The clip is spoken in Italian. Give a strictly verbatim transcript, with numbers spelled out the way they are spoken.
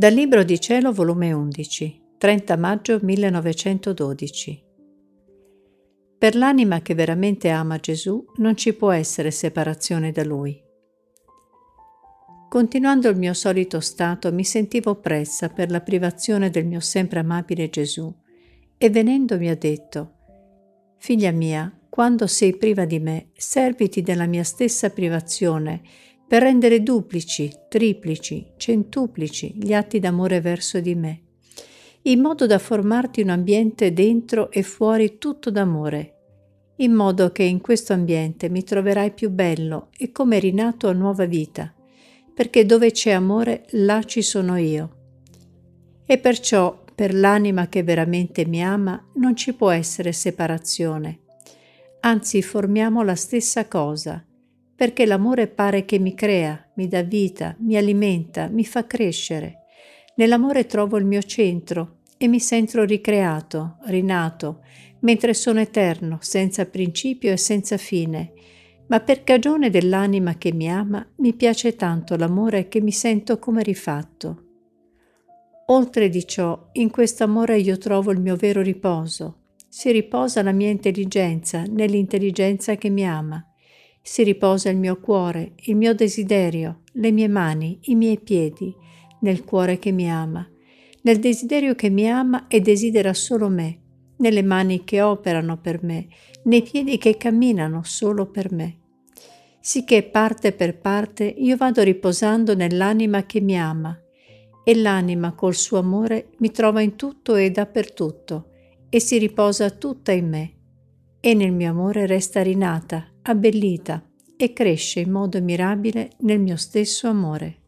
Dal Libro di Cielo, volume undici, trenta maggio millenovecentododici. Per l'anima che veramente ama Gesù non ci può essere separazione da Lui. Continuando il mio solito stato, mi sentivo oppressa per la privazione del mio sempre amabile Gesù, e venendo mi ha detto: «Figlia mia, quando sei priva di me, serviti della mia stessa privazione per rendere duplici, triplici, centuplici gli atti d'amore verso di me, in modo da formarti un ambiente dentro e fuori tutto d'amore, in modo che in questo ambiente mi troverai più bello e come rinato a nuova vita, perché dove c'è amore, là ci sono io. E perciò, per l'anima che veramente mi ama, non ci può essere separazione. Anzi, formiamo la stessa cosa, perché l'amore pare che mi crea, mi dà vita, mi alimenta, mi fa crescere. Nell'amore trovo il mio centro e mi sento ricreato, rinato, mentre sono eterno, senza principio e senza fine. Ma per cagione dell'anima che mi ama, mi piace tanto l'amore che mi sento come rifatto. Oltre di ciò, in questo amore io trovo il mio vero riposo. Si riposa la mia intelligenza nell'intelligenza che mi ama. Si riposa il mio cuore, il mio desiderio, le mie mani, i miei piedi, nel cuore che mi ama, nel desiderio che mi ama e desidera solo me, nelle mani che operano per me, nei piedi che camminano solo per me. Sicché parte per parte io vado riposando nell'anima che mi ama, e l'anima col suo amore mi trova in tutto e dappertutto, e si riposa tutta in me, e nel mio amore resta rinata, abbellita, e cresce in modo mirabile nel mio stesso amore.